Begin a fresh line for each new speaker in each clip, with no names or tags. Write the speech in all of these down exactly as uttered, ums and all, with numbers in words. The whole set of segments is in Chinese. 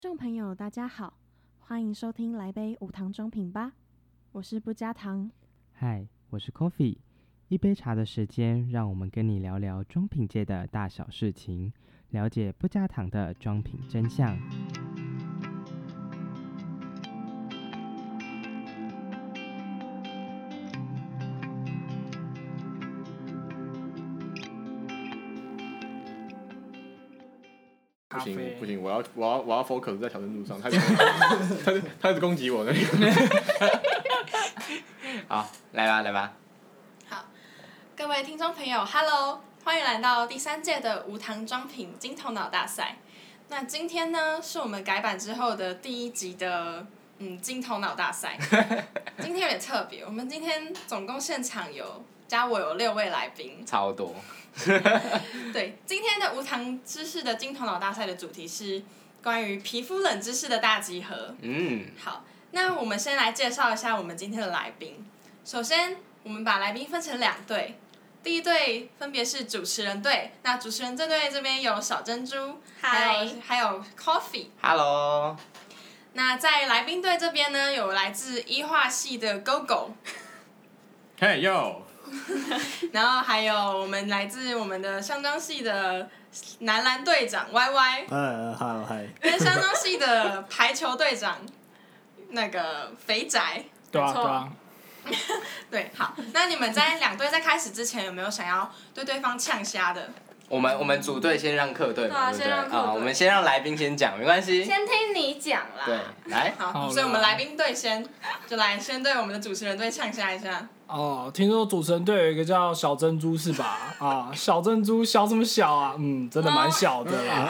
众朋友大家好，欢迎收听来杯无糖中品吧，我是不加糖。
嗨，我是 Coffee， 一杯茶的时间，让我们跟你聊聊装品界的大小事情，了解不加糖的装品真相。
不行不行，我要我要我要 focus 在小珍珠上，他他他一直攻击我那个。
好，来吧来吧。
好，各位听众朋友 ，Hello， 欢迎来到第三届的无糖装品金头脑大赛。那今天呢，是我们改版之后的第一集的嗯金头脑大赛。今天有点特别，我们今天总共现场有加我有六位来宾，
超多。
对，今天的无糖知识的金头脑大赛的主题是关于皮肤冷知识的大集合。
嗯，
好，那我们先来介绍一下我们今天的来宾。首先，我们把来宾分成两队，第一队分别是主持人队，那主持人这队这边有小珍珠，还有还有 Coffee。Hello。那在来宾队这边呢，有来自医化系的 Gogo。
嘿哟。
然后还有我们来自我们的香妆系的男篮队长 Y Y，
呃，好嗨，
跟香妆系的排球队长那个肥宅，
对啊对啊，
对，好，那你们在两队在开始之前有没有想要对对方呛虾的？
我们我们组队先让客队嘛，对不对？
啊，
我们先让来宾先讲，没关系。
先听你讲啦。
对，来。
好，所以我们来宾队先就来先对我们的主持人队呛虾一下。
哦，听说主持人队有一个叫小珍珠是吧？啊，小珍珠小什么小啊？嗯，真的蛮小的啦。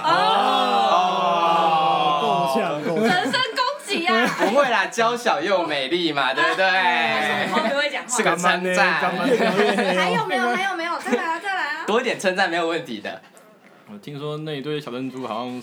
哦，
够呛够呛。
人身攻击啊！
不会啦，娇小又美丽嘛，对不对？
好不会讲话。
是个称赞。
还有没有？还有没有？再来啊！再来啊！
多一点称赞没有问题的。
我听说那一堆小珍珠好像。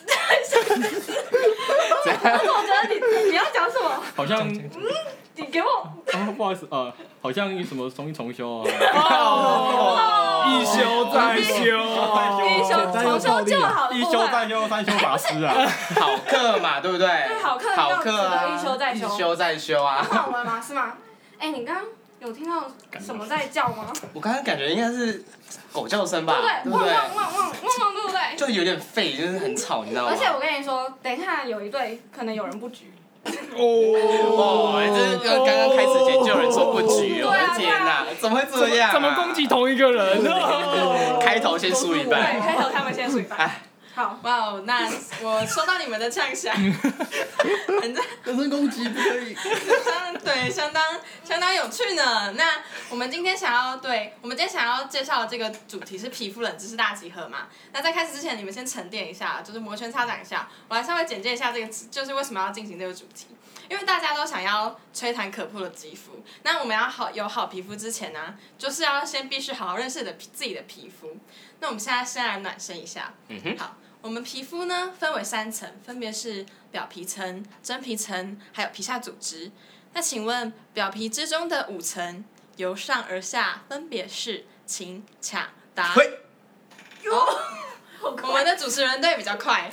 我怎么觉得你你要讲什么？
好像。
你给我。
啊，不好意思，呃，好像什么重重修啊。
哦，一修再修，
一修重修就好了。
一修再修，三修法师啊。
好课嘛，对不对？
对，好课
好课啊，
一修再修。
一修再修啊。
换我了吗？是吗？哎，你刚刚有听到什么在叫吗？
我刚刚感觉应该是狗叫声吧，对不对？
汪汪汪汪汪汪，对不对？
就有点吠，就是很吵，你知道吗？
而且我跟你说，等一下有一队可能有人不举。
哦，这是刚刚开始前就有人说不举，我的天哪，怎么会这样？
怎么攻击同一个人？
开头先输一半。
对，开头他们先输一半。好，哇哦，那我收到你们的呛虾，很
人身攻击不可以。
相对相当相当有趣呢。那我们今天想要对，我们今天想要介绍的这个主题是皮肤冷知识大集合嘛。那在开始之前，你们先沉淀一下，就是摩拳擦掌一下。我来稍微简介一下这个，就是为什么要进行这个主题。因为大家都想要吹弹可破的肌肤，那我们要好有好皮肤之前呢、啊，就是要先必须好好认识的自己的皮肤。那我们现在先来暖身一下。
嗯哼。
好。我们皮肤呢分为三层，分别是表皮层、真皮层，还有皮下组织。那请问表皮之中的五层由上而下分别是？请抢答。哦，我们的主持人队比较快。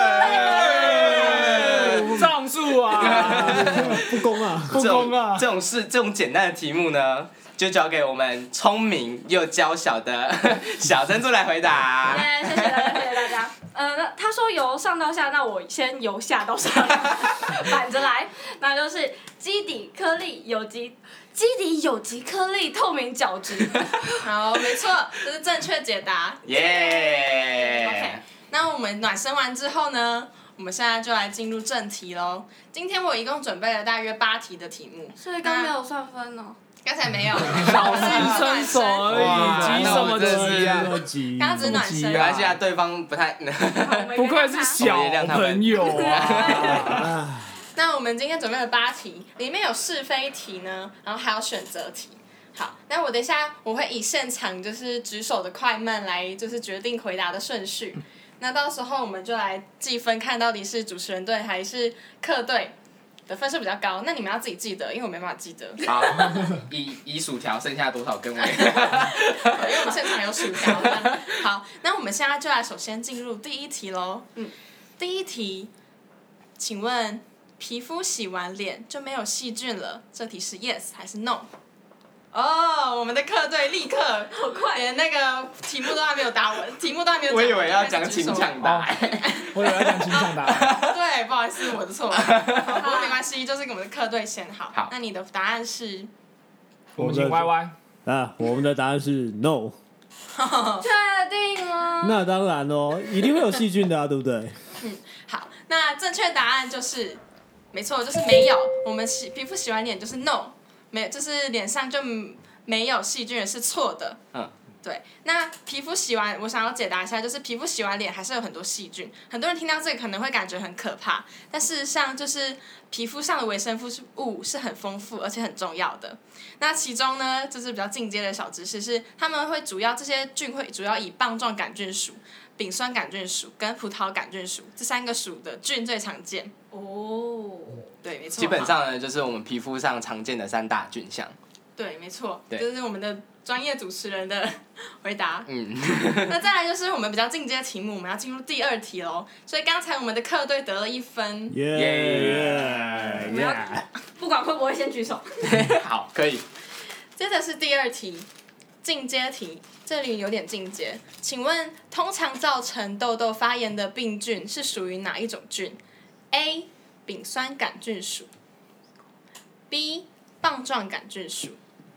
上诉啊！不公啊！不公啊！
这种事，这种简单的题目呢，就交给我们聪明又娇小的小珍珠来回答。
谢谢大家，谢谢大家。呃，那他说由上到下，那我先由下到上，反着来，那就是基底颗粒有机，基底有机颗粒透明角质。好，没错，这是正确解答。
耶、yeah
！OK， 那我们暖身完之后呢，我们现在就来进入正题喽。今天我一共准备了大约八题的题目，
所以刚没有算分哦。
刚才没有，
小心伸手而已，急什么急啊？
刚刚只是暖身。
没关系啊，对方不太。
不愧是小朋友啊！
那我们今天准备了八题，里面有是非题呢，然后还有选择题。好，那我等一下我会以现场就是举手的快慢来就是决定回答的顺序。那到时候我们就来计分，看到底是主持人队还是客队的分数比较高。那你们要自己记得，因为我没办法记得。
好，以以薯条剩下多少根为？因
为我们现场有薯条。好，那我们现在就来首先进入第一题喽。嗯，第一题， 请问皮肤洗完脸就没有细菌了？这题是 yes 还是 no？ 哦，我们的客队立刻
好快，
连那个题目都还没有答完，题目都还没有讲
我
完。
以为要讲请抢答。
我以为要讲请抢答。
对，不好意思，我的错。不过没关系，就是给我们的客队先好。
好，
那你的答案是？
我们请 Y Y。
啊，我们的答案是 no。
确定吗？
那当然喽，一定会有细菌的啊，对不对？
嗯，好，那正确答案就是，没错，就是没有。我们洗皮肤洗完脸就是 no， 没有，就是脸上就没有细菌是错的。
嗯。
对，那皮肤洗完，我想要解答一下，就是皮肤洗完脸还是有很多细菌。很多人听到这个可能会感觉很可怕，但事实上就是皮肤上的微生物是很丰富而且很重要的。那其中呢，就是比较进阶的小知识是，他们会主要这些菌会主要以棒状杆菌属、丙酸杆菌属跟葡萄杆菌属这三个属的菌最常见。
哦，
对，没错。
基本上呢，就是我们皮肤上常见的三大菌相。
对，没错，
对
这是我们的专业主持人的回答。
嗯。
那再来就是我们比较进阶的题目，我们要进入第二题喽。所以刚才我们的客队得了一分。
耶耶耶！
不管会不会先举手。
好，可以。
接着是第二题，进阶题，这里有点进阶。请问，通常造成痘痘发炎的病菌是属于哪一种菌 ？A. 丙酸杆菌属 B. 棒状杆菌属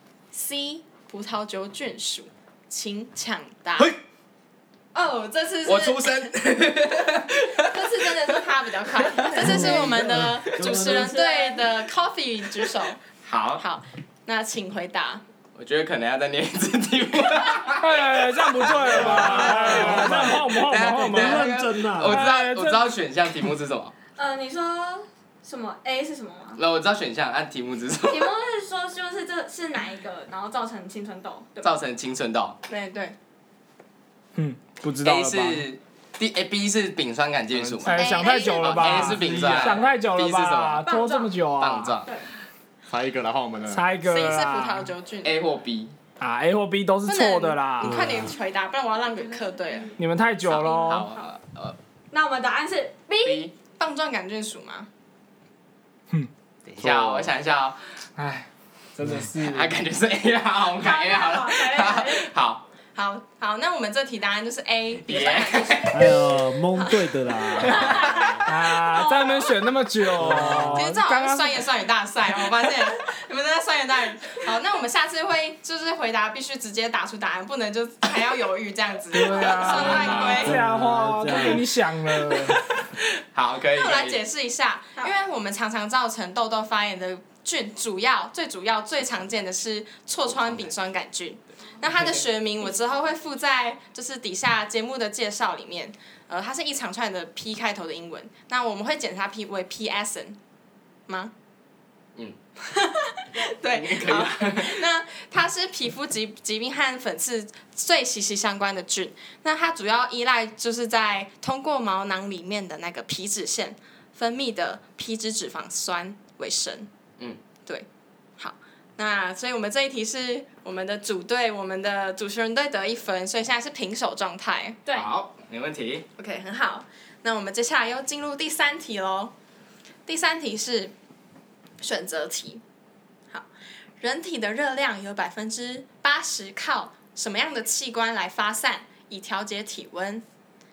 C. 葡萄球菌属，请抢答。哦，这次是
我出生。
这次真的是他比较快，这次是我们的主持人队的 Coffee 举手。
好。
好，那请回答。
我觉得可能要再念一次题目。
哎，这样不对了吧？这样换我们换我们换我们
认真啊！
我知道，我知道选项题目是什么。
呃，你说什么 A 是什么吗？
那我知道选项，按题目是什么？
题目是说就是这是哪一个，然后造成青春痘，对吧？
造成青春痘。
对对。
嗯，不知道了吧
A 是 D A B 是丙酸杆菌属嘛？
哎，想太久了吧
？A 是丙酸。
想太久了
B 是什
吧？
么？
拖这么久啊！
棒状。
对。
猜一个，然后我们的。
猜一个
C 是葡
啦。
萄球菌。
A 或 B。
啊 ，A 或 B 都是错的啦。
你快点回答，不然我要让给客队了。
你们太久喽。
好，呃。
那我们答案是 B。
B。
棒状杆菌属吗？
哼。
等一下，我想一下哦。
哎，真的是。
啊，感觉是 A 啦，我们看 A 好了。好。
好好，那我们这题答案就是 A。丙酸杆菌属。
哎呦，蒙对的啦！
啊，在那边选那么久。
其实这好像是酸言酸语大赛哦，我发现你们都在酸言大语。好，那我们下次会就是回答必须直接打出答案，不能就还要犹豫这样子。
对啊。
算犯规。
这样话都给你想了。
好，可以。
那我来解释一下，因为我们常常造成痘痘发炎的菌，主要最主要最常见的是痤疮丙酸杆菌。那它的学名我之后会附在就是底下节目的介绍里面，呃，它是一长串的 P 开头的英文，那我们会简它 P 为 P S N 吗？
嗯。
对，好，那它是皮肤疾疾病和粉刺最息息相关的菌，那它主要依赖就是在通过毛囊里面的那个皮脂腺分泌的皮质脂肪酸为生。
嗯，
对。那所以我们这一题是我们的组队，我们的主持人队得一分，所以现在是平手状态。
对。
好，没问题。
OK， 很好。那我们接下来又进入第三题喽。第三题是选择题。好，人体的热量有百分之八十靠什么样的器官来发散，以调节体温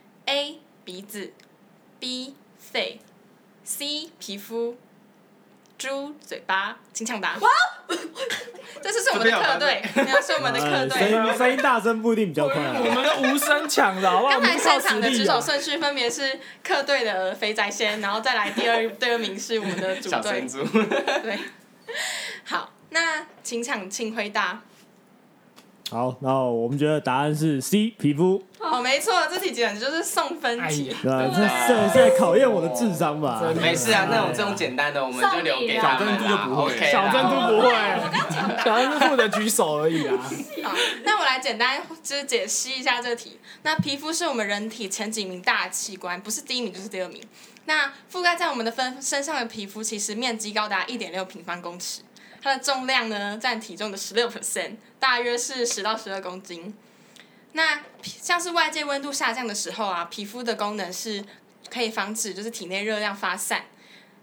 ？A. 鼻子 B. 肺 C. 皮肤猪嘴巴，请抢答。哇！这次是我们的客队，没有是我们的客队。
声音声音大声不一定比较快。
我们的无声抢的好不好？
刚才现场的举手顺序分别是客队的肥仔先，然后再来第二第二名是我们的主队。
小珍珠。
对。好，那请抢，请回答。
好，然后我们觉得答案是 C 皮肤。
哦，没错，这题简直就是送分题。
对吧？这这在考验我的智商吧？
没事啊，那种这种简单的我们就留给他们啦。
小珍珠就不会，
小珍珠不会，小珍珠负责举手而已啊。
好，那我来简单就是解析一下这题。那皮肤是我们人体前几名大的器官，不是第一名就是第二名。那覆盖在我们的分身上的皮肤，其实面积高达一点六平方公尺。它的重量呢，占体重的十六 percent， 大约是十到十二公斤。那像是外界温度下降的时候啊，皮肤的功能是可以防止就是体内热量发散，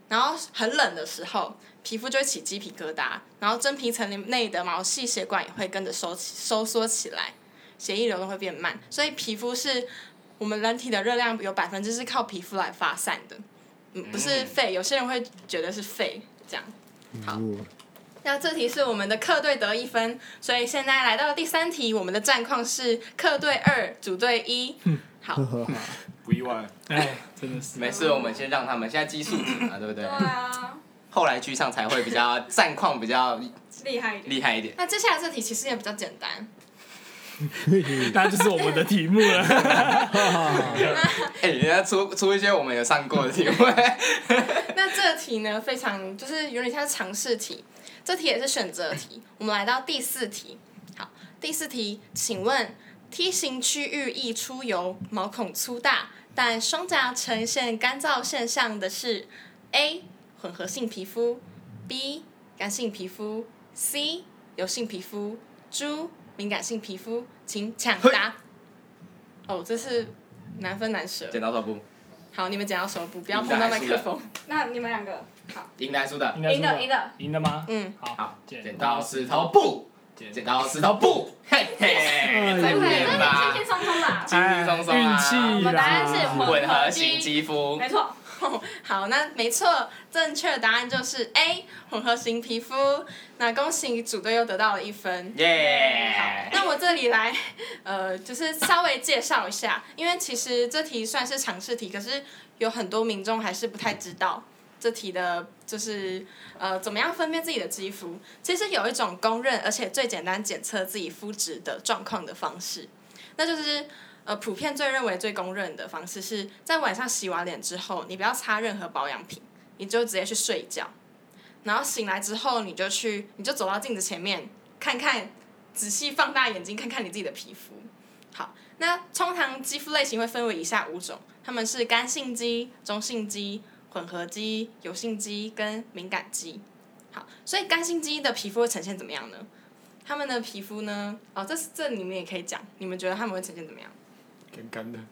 然后很冷的时候，皮肤就会起鸡皮疙瘩，然后真皮层内的毛细血管也会跟着收收缩起来，血液流动会变慢，所以皮肤是我们人体的热量有百分之是靠皮肤来发散的，嗯，不是肺，有些人会觉得是肺这样。好，那这题是我们的客队得一分，所以现在来到第三题，我们的战况是客队二，主队一。好，
不意外。
哎，真的是。
没事，我们先让他们，现在基数题嘛，对不对？
对啊，
后来居上才会比较战况比较
厉害一点。
厉害一点。
那接下来这题其实也比较简单。
那就是我们的题目了。
哎，人家出出一些我们有上过的题目。
那这题呢，非常就是有点像是常识题，这题也是选择题。我们来到第四题，好，第四题，请问T 型区域易出油，毛孔粗大，但双颊呈现干燥现象的是 A 混合性皮肤 ，B 干性皮肤 ，C 油性皮肤 ，D 敏感性皮肤，请抢答。哦，这是难分难舍。
剪刀手布。
好，你们剪刀手布，不要碰到麦克风。
那你们两个好。
赢的还是输的？
赢的，赢的。
赢的吗？
嗯。
好。
好，
剪
剪刀石头布。剪刀石头布。嘿嘿，再变吧。
轻轻松松吧。
轻轻松松啊。
运气啦。
我们答案是
混合型肌肤。
没错。
好，那没错，正确的答案就是 A 混合型皮肤。那恭喜组队又得到了一分。
耶、
yeah ！那我这里来，呃，就是稍微介绍一下，因为其实这题算是常识题，可是有很多民众还是不太知道这题的，就是呃怎么样分辨自己的肌肤。其实有一种公认而且最简单检测自己肤质的状况的方式，那就是。呃，普遍最认为最公认的方式是在晚上洗完脸之后，你不要擦任何保养品，你就直接去睡觉，然后醒来之后，你就去，你就走到镜子前面，看看，仔细放大眼睛看看你自己的皮肤。好，那通常肌肤类型会分为以下五种，它们是干性肌、中性肌、混合肌、油性肌跟敏感肌。好，所以干性肌的皮肤会呈现怎么样呢？他们的皮肤呢？哦，这这你们也可以讲，你们觉得他们会呈现怎么样？
干干的。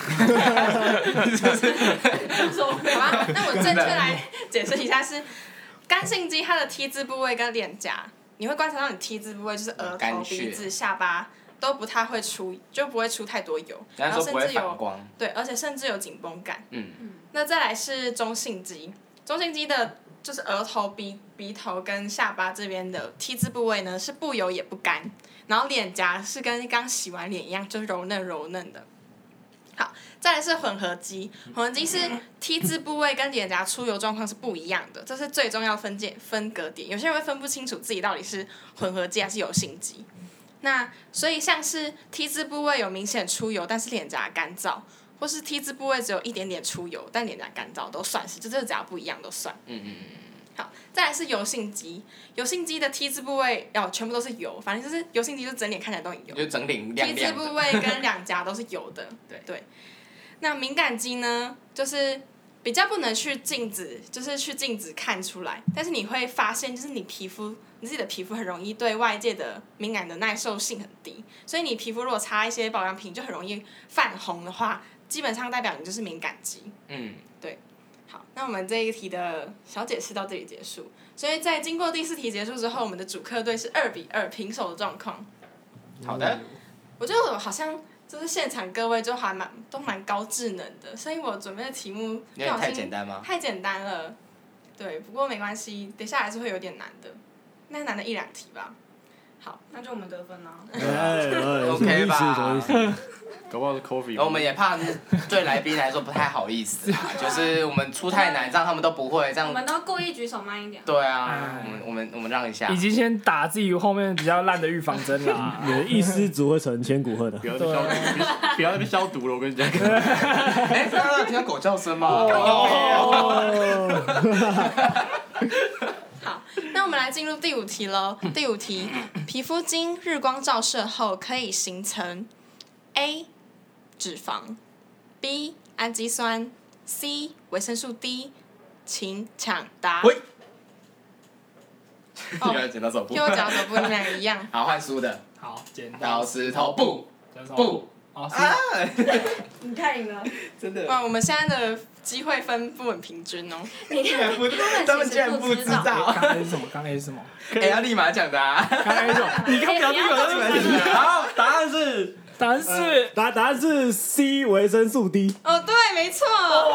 好吧，那我正确来解释一下是，干性肌它的 T 字部位跟脸颊，你会观察到你 T 字部位就是额头、鼻子、下巴都不太会出，就不会出太多油，然后甚至有对，而且甚至有紧绷感。
嗯。
那再来是中性肌，中性肌的就是额头、鼻鼻头跟下巴这边的 T 字部位呢是不油也不干，然后脸颊是跟刚洗完脸一样，就是柔嫩柔嫩的。好，再来是混合肌，混合肌是 T 字部位跟脸颊出油状况是不一样的，这是最重要分界分隔点。有些人会分不清楚自己到底是混合肌还是油性肌。那所以像是 T 字部位有明显出油，但是脸颊干燥，或是 T 字部位只有一点点出油，但脸颊干燥，都算是，就这只要不一样都算。
嗯嗯嗯。
好，再来是油性肌，油性肌的 T 字部位哦，全部都是油，反正就是油性肌，就整脸看起来都很油。
就整脸亮亮的。
T 字部位跟两颊都是油的，对对。那敏感肌呢，就是比较不能去镜子，就是去镜子看出来，但是你会发现，就是你皮肤，你自己的皮肤很容易对外界的敏感的耐受性很低，所以你皮肤如果擦一些保养品，就很容易泛红的话，基本上代表你就是敏感肌。嗯，对。好，那我们这一题的小解释到这里结束。所以在经过第四题结束之后，我们的主客队是二比二平手的状况。
好的。
我觉得我好像就是现场各位就还蛮都蛮高智能的，所以我准备的题目
有点太简单吗？
太简单了，对，不过没关系，等一下还是会有点难的，那难的一两题吧。好，
那就我们得分啦。
OK 吧？
搞不好是 coffee。
我们也怕对来宾来说不太好意思啊，就是我们出太难，这样他们都不会，这样。
我们都故意举手慢一点。
对啊，我们我们我们让一下。
已经先打自己后面比较烂的预防针啦。
你的一失足会成千古恨的。
不要消，不要那边消毒了，我跟你讲。
哎，刚刚有听到狗叫声吗？
好，那我们来进入第五题喽。第五题，皮肤经日光照射后可以形成 A 脂肪 B 氨基酸 C 维生素 D， 请抢答。
喂，又要剪刀手布，
又要剪刀手布，你们两个一样。
好，换输的。
好，剪
刀石头布，布
哦，是
啊，
你太赢了，
真的，
哇，我们现在的机会分布很平均哦。
你
居然不，他们居然不知道。
刚 A 是什么？刚 A 是什么？
哎，要立马讲的啊！
刚 A 是什么？你刚表这个
哎你要
是什么？
好，答案是
答案是
答答案是 C 维生素 D。
哦，对，没错。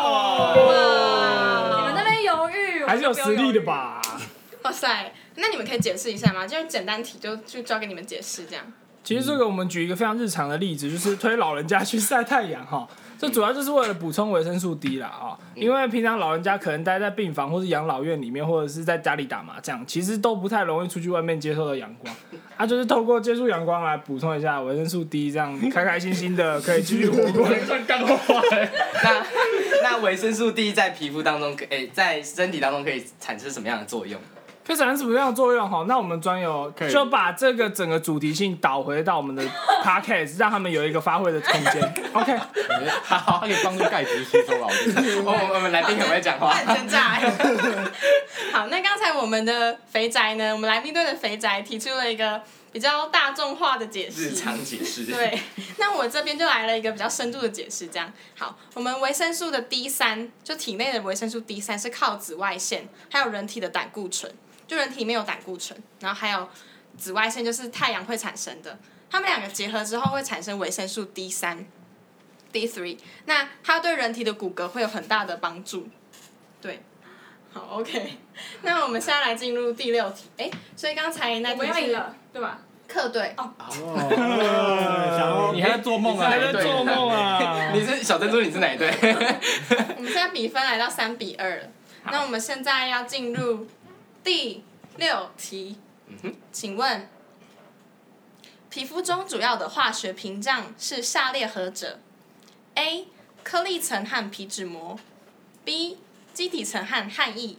你们那边犹豫，
还是有实力的吧？
哇塞，那你们可以解释一下吗？就是简单题就就交给你们解释这样。
其实这个我们举一个非常日常的例子，就是推老人家去晒太阳哈。这主要就是为了补充维生素 D 啦啊，因为平常老人家可能待在病房或是养老院里面，或者是在家里打麻将，其实都不太容易出去外面接受到阳光。他、啊、就是透过接触阳光来补充一下维生素 D， 这样开开心心的可以继续活过来。
算干话欸。
那那维生素 D 在皮肤当中，诶、欸，在身体当中可以产生什么样的作用？
可以产生什么样的作用哈？那我们专有就把这个整个主题性导回到我们的 podcast， 让他们有一个发挥的空间。OK，
好，它可以帮助钙质吸收啊，我觉得。
我我们来宾很会讲话，
很奸诈欸。好，那刚才我们的肥宅呢，我们来宾队的肥宅提出了一个比较大众化的解释，
日常解释。
对，那我这边就来了一个比较深度的解释，这样。好，我们维生素的 D 三，就体内的维生素 D 三是靠紫外线，还有人体的胆固醇，就人体里面有胆固醇，然后还有紫外线，就是太阳会产生的，它们两个结合之后会产生维生素 D 三。D 三， 那它对人体的骨骼会有很大的帮助，对，好 ，OK， 那我们现在来进入第六题，哎，所以刚才那
我们
题是
要赢了，对吧？
课对，
哦，
哦，
你还在做梦啊？
还在做梦啊？
你是小珍珠，你是哪一队？
我们现在比分来到三比二了，那我们现在要进入第六题，请问，皮肤中主要的化学屏障是下列何者 ？A. 颗粒层和皮脂膜 B. 基底层和汗液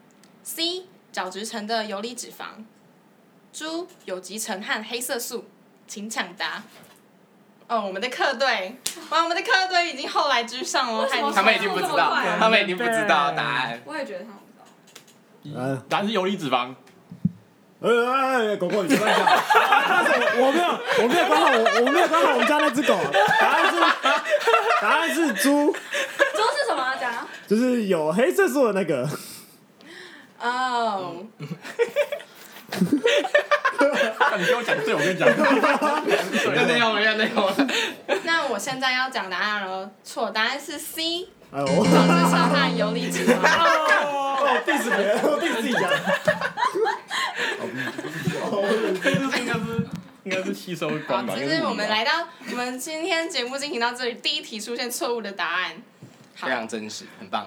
C. 角质层的游离脂肪 D. 有极层和黑色素，请抢答。哦，我们的客队，哇，我们的客队已经后来居上了，太厉害了
他们已经不知道，他们已经不知道答案。
我也觉得他们不知道。
呃，
答案是游离脂肪。
呃，哎，狗狗，你乱讲。我没有，我没有管好我，我没有管好我们家那只狗。答案是，答案是猪，
猪是什么？讲啊。
就是有黑色素的那个。
哦。
你跟我讲对，我跟你讲。
要内容了，要内容了。
那我现在要讲答案了，错，答案是 C。
哎呦，
角质层和游离脂肪。
哦，第十遍，我第十一讲。
应该是应该是吸收光吧。
好，其实我们来到我们今天节目进行到这里，第一题出现错误的答案。好
非，常真实，很棒。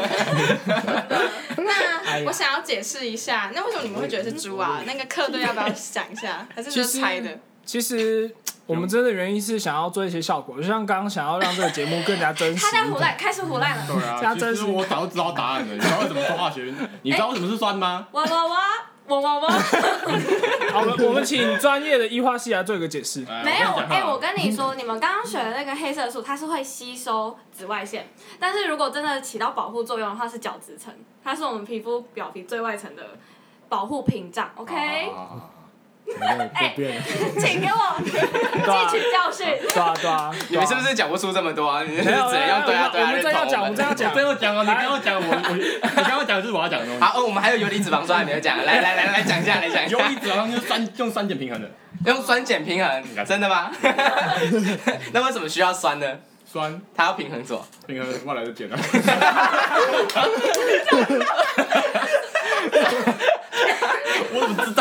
那我想要解释一下，那为什么你们会觉得是猪啊？那个客队要不要讲一下？还是就是猜的？
其实我们真的原因是想要做一些效果，就像刚刚想要让这个节目更加真实。
他在胡乱，开始胡乱了。
对啊，其实我早就知道答案了。你知道为什么做化学？你知道为什么是酸吗？
哇哇哇！哇哇哇！
好，我们我们请专业的医化系来做一个解释。
没有，哎、欸，我跟你说，你们刚刚选的那个黑色素，它是会吸收紫外线，但是如果真的起到保护作用的话，是角质层，它是我们皮肤表皮最外层的保护屏障。OK。
哎，
请给我汲取教训。
对啊对啊，
你们是不是讲不出这么多啊？你们只
没有
能用对啊对啊
我们真要讲，我们真要讲，
真要讲啊！你刚刚讲我我，你刚刚讲的是我要讲的东西。
好，我们还有游离脂肪酸还没有讲，来来来来讲一下，来讲一下。
游离脂肪用酸用酸碱平衡的。
用酸碱平衡，真的吗？那为什么需要酸呢？
酸，
它要平衡什么？
平衡外来的碱啊。我怎么知道？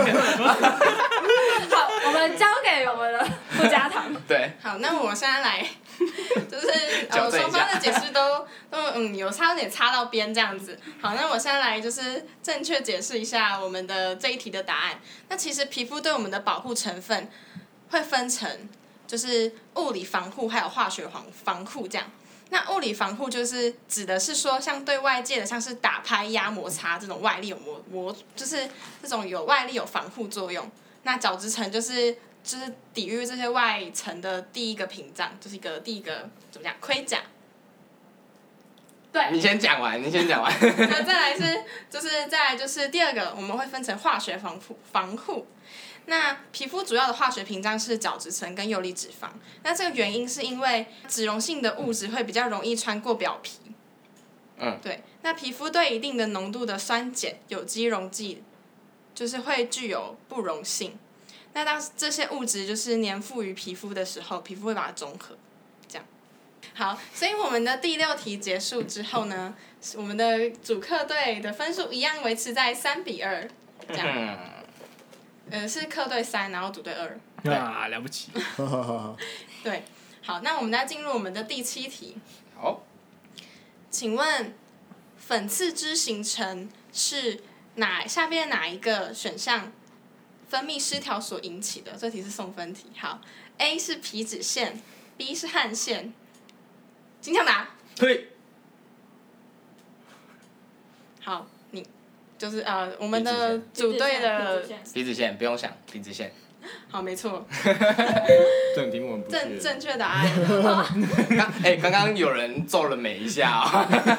好，我们交给我们的附加糖。
对。
好，那我现在来，就是呃双方的解释都都嗯有差点差到边这样子。好，那我现在来就是正确解释一下我们的这一题的答案。那其实皮肤对我们的保护成分会分成就是物理防护还有化学防防护这样。那物理防护就是指的是说，像对外界的，像是打拍、压、摩擦这种外力有摩摩，就是这种有外力有防护作用。那角质层就是就是抵御这些外层的第一个屏障，就是一个第一个怎么讲盔甲。对。
你先讲完，你先讲完。
那再来是就是再来就是第二个，我们会分成化学防护防护。 那皮肤主要的化学屏障是角质层跟游离脂肪。那这个原因是因为脂溶性的物质会比较容易穿过表皮。
嗯。
对。那皮肤对一定的浓度的酸碱、有机溶剂，就是会具有不溶性。那当这些物质就是粘附于皮肤的时候，皮肤会把它中和。这样。好，所以我们的第六题结束之后呢，我们的主客队的分数一样维持在三比二。这样。
嗯
呃，是客队三，然后组队二。
啊，了不起！
对，好，那我们再进入我们的第七题。
好，
请问粉刺之形成是哪下边哪一个选项分泌失调所引起的？这题是送分题。好 ，A 是皮脂腺 ，B 是汗腺。金强答。
对。
好，你就是呃，我们的组队的
皮脂腺不用想，皮脂腺。
好，没错。
这种题目很不屑。
正正确答案。
刚哎，刚刚有人皱了眉一下哦。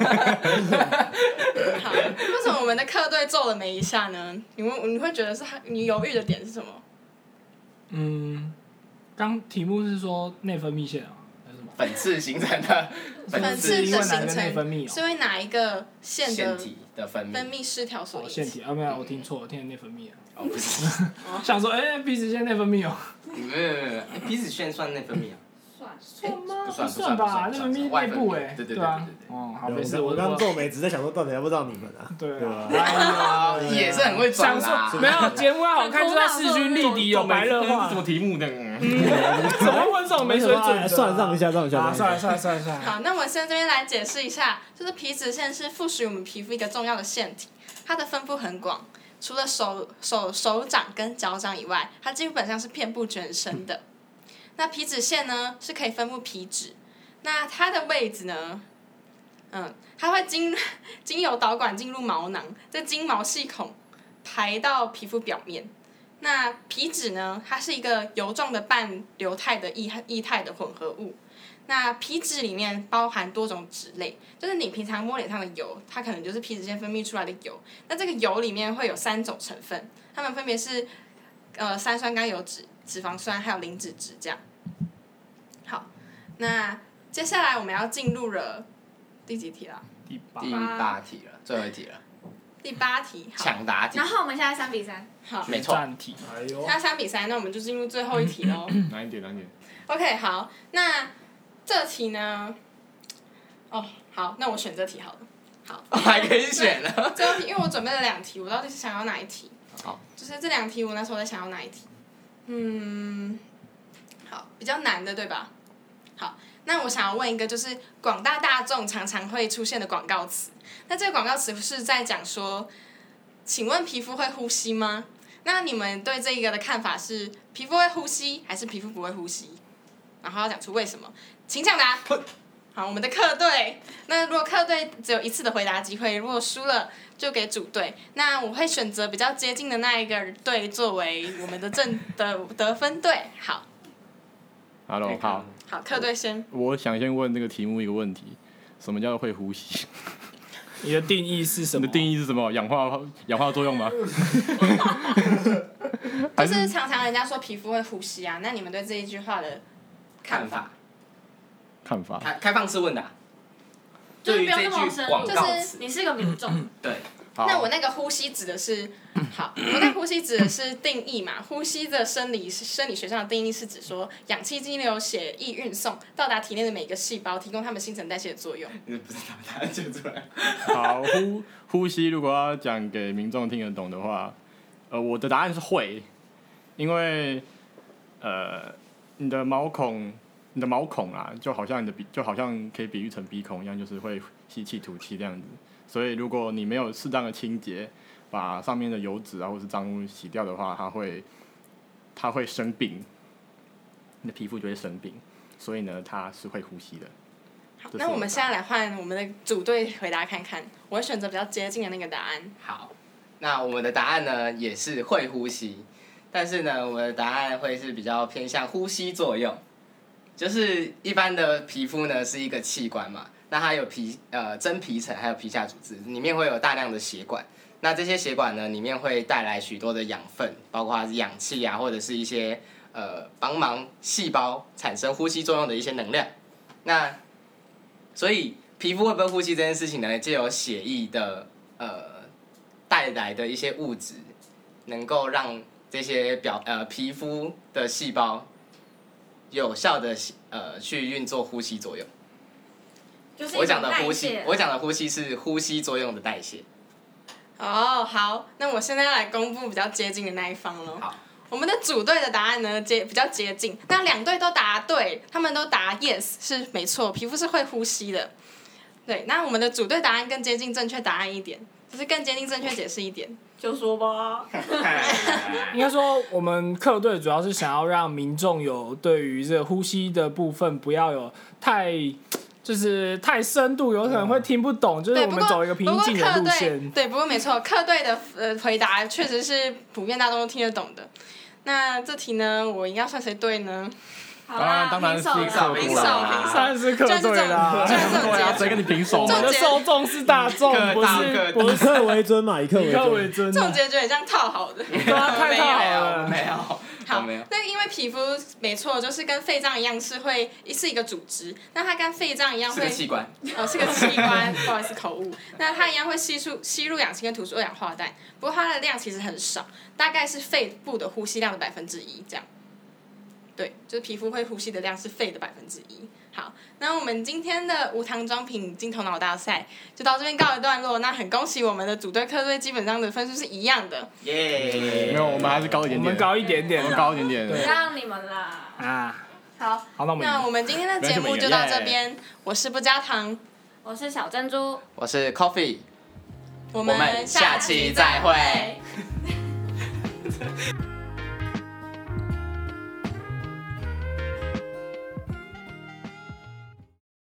好，为什么我们的客队皱了眉一下呢？你会你会觉得是你犹豫的点是什么？
嗯，刚题目是说内分泌腺啊，还是什么？
粉刺形成的。
粉刺的形成
是
因为哪一个腺的
腺体的分泌
分泌失调所引起？
腺体啊，没有，我听错，我听成内分泌啊。
哦，不是。
想说，哎，皮脂腺内分泌哦。
没有没有没有，皮脂腺算内分泌啊？
算
吗？不算不
算吧，内分泌内部哎。
对对对
啊。哦，好，没事。
我刚皱眉，只是在想说，到底要不到你们啊？
对啊。
哎呀，也是很会转啦。
没有节目要好看，就在势均力敌，有白热化。
什么题目呢？
怎么问这种没水准？
算让一下，让一下。
算了算了算了算了。
好，那我先这边来解释一下，就是皮脂腺是附属于我们皮肤一个重要的腺体，它的分布很广，除了手手手掌跟脚掌以外，它基本上是遍布全身的。那皮脂腺呢是可以分布皮脂，那它的位置呢，嗯，它会经经由导管进入毛囊，再经毛细孔排到皮肤表面。那皮脂呢，它是一个油状的半流态的液液态的混合物。那皮脂里面包含多种脂类，就是你平常摸脸上的油，它可能就是皮脂腺分泌出来的油。那这个油里面会有三种成分，它们分别是呃三酸甘油脂、脂肪酸还有磷脂质这样。好，那接下来我们要进入了第几题了？
第八。
第八题了，最后一题了。
第八题。
抢答题。
然后我们现在三比三。
好。
没错。
题。
哎呦。
现在三比三，那我们就进入最后一题喽。
难一点，难一点。
OK， 好，那这题呢？哦，好，那我选这题好了。好。
我还可以选了。
这题，因为我准备了两题，我到底是想要哪一题？
好。
就是这两题，我那时候在想要哪一题？嗯，好，比较难的，对吧？好，那我想要问一个，就是广大大众常常会出现的广告词。那这个广告词是在讲说，请问皮肤会呼吸吗？那你们对这个的看法是，皮肤会呼吸还是皮肤不会呼吸？然后要讲出为什么，请抢答。好，我们的客队，那如果客队只有一次的回答机会，如果输了就给主队。那我会选择比较接近的那一个队作为我们的正的得分队。好。
Hello， 好。
好，客队先。
我想先问这个题目一个问题：什么叫会呼吸？
你的定义是什么？
你的定义是什么？氧化氧化作用吗？
就是常常人家说皮肤会呼吸啊，那你们对这一句话的看法？
看法。
开开放式问答。
就是不用那么深入，
就是
你是一个民众。
对。
那我那个呼吸指的是，好，我那呼吸指的是定义嘛？呼吸的生理生理学上的定义是指说，氧气经由血液运送到达体内的每个细胞，提供它们新陈代谢的作用。
你不知道答案就出来。
好，呼呼吸如果要讲给民众听得懂的话，呃，我的答案是会，因为呃，你的毛孔，你的毛孔啊，就好像你的鼻，就好像可以比喻成鼻孔一样，就是会吸气吐气这样子。所以，如果你没有适当的清洁，把上面的油脂啊或是脏污洗掉的话，它会，它会生病，你的皮肤就会生病。所以呢，它是会呼吸的。
好，那我们现在来换我们的组队回答看看，我会选择比较接近的那个答案。
好，那我们的答案呢也是会呼吸，但是呢，我们的答案会是比较偏向呼吸作用，就是一般的皮肤呢是一个器官嘛。 那它有皮呃真皮层，还有皮下组织，里面会有大量的血管。那这些血管呢，里面会带来许多的养分，包括氧气啊，或者是一些呃帮忙细胞产生呼吸作用的一些能量。那所以皮肤会不会呼吸这件事情呢，藉由血液的呃带来的一些物质，能够让这些表呃皮肤的细胞有效的呃去运作呼吸作用。
就是
我讲的呼
代谢，
吸我讲的呼吸是呼吸作用的代谢。
哦，好，那我现在要来公布比较接近的那一方喽。
好，
我们的组队的答案呢接比较接近，那两队都答对，他们都答 yes 是没错，皮肤是会呼吸的。对，那我们的组队答案更接近正确答案一点，就是更接近正确解释一点。
就说吧。
应该说，我们客队主要是想要让民众有对于这个呼吸的部分不要有太。就是太深度，有可能会听不懂。就是我们走一个平静的路线。
对，不过没错，客队的呃回答确实是普遍大众都听得懂的。那这题呢，我应该算谁对呢？
好啦，
当然是
平手，
平手，平手，
当然是客队啦。
就是这种，
对啊，谁跟你平手？
我们的受众是大众，不是
以客为尊嘛，以客
以客
为
为尊。
这种结局很像套好的。
对啊，太套好了。
没有。
好，那因为皮肤没错，就是跟肺脏一样，是会是一个组织。那它跟肺脏一样会
是个器官，
哦，是个器官，不好意思口误。那它一样会吸出吸入氧气跟吐出二氧化氮，不过它的量其实很少，大概是肺部的呼吸量的百分之一这样。对，就是皮肤会呼吸的量是肺的百分之一。好，那我们今天的无糖装品金头脑大赛就到这边告一段落。那很恭喜我们的组队客队基本上的分数是一样的。
耶！
没有，我们还是高一点点。
我们高一点点，
我们高一点点。
对，
让你们啦。
啊，
好，
好，那我们
那我们今天的节目就到这边。我是不加糖，
我是小珍珠，
我是 Coffee，
我
们下期再会。